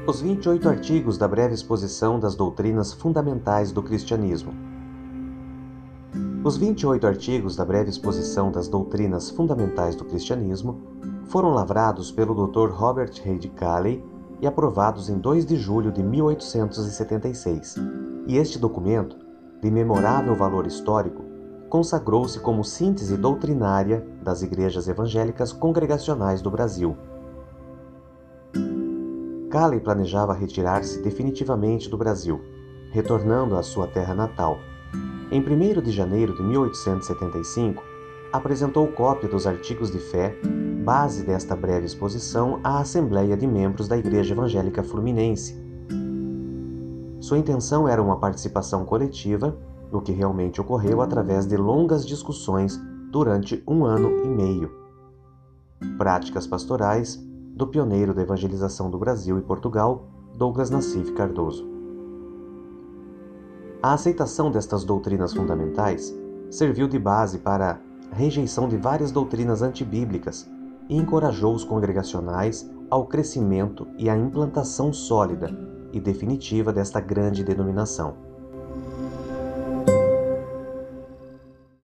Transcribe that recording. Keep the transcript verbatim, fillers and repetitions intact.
Os vinte e oito artigos da breve exposição das doutrinas fundamentais do cristianismo. Os vinte e oito artigos da breve exposição das doutrinas fundamentais do cristianismo foram lavrados pelo doutor Robert Reid Cayley e aprovados em dois de julho de mil oitocentos e setenta e seis, e este documento, de memorável valor histórico, consagrou-se como síntese doutrinária das igrejas evangélicas congregacionais do Brasil. Cayley planejava retirar-se definitivamente do Brasil, retornando à sua terra natal. Em primeiro de janeiro de mil oitocentos e setenta e cinco, apresentou cópia dos artigos de fé, base desta breve exposição, à Assembleia de Membros da Igreja Evangélica Fluminense. Sua intenção era uma participação coletiva, o que realmente ocorreu através de longas discussões durante um ano e meio. Práticas pastorais do pioneiro da evangelização do Brasil e Portugal, Douglas Nassif Cardoso. A aceitação destas doutrinas fundamentais serviu de base para a rejeição de várias doutrinas antibíblicas e encorajou os congregacionais ao crescimento e à implantação sólida e definitiva desta grande denominação.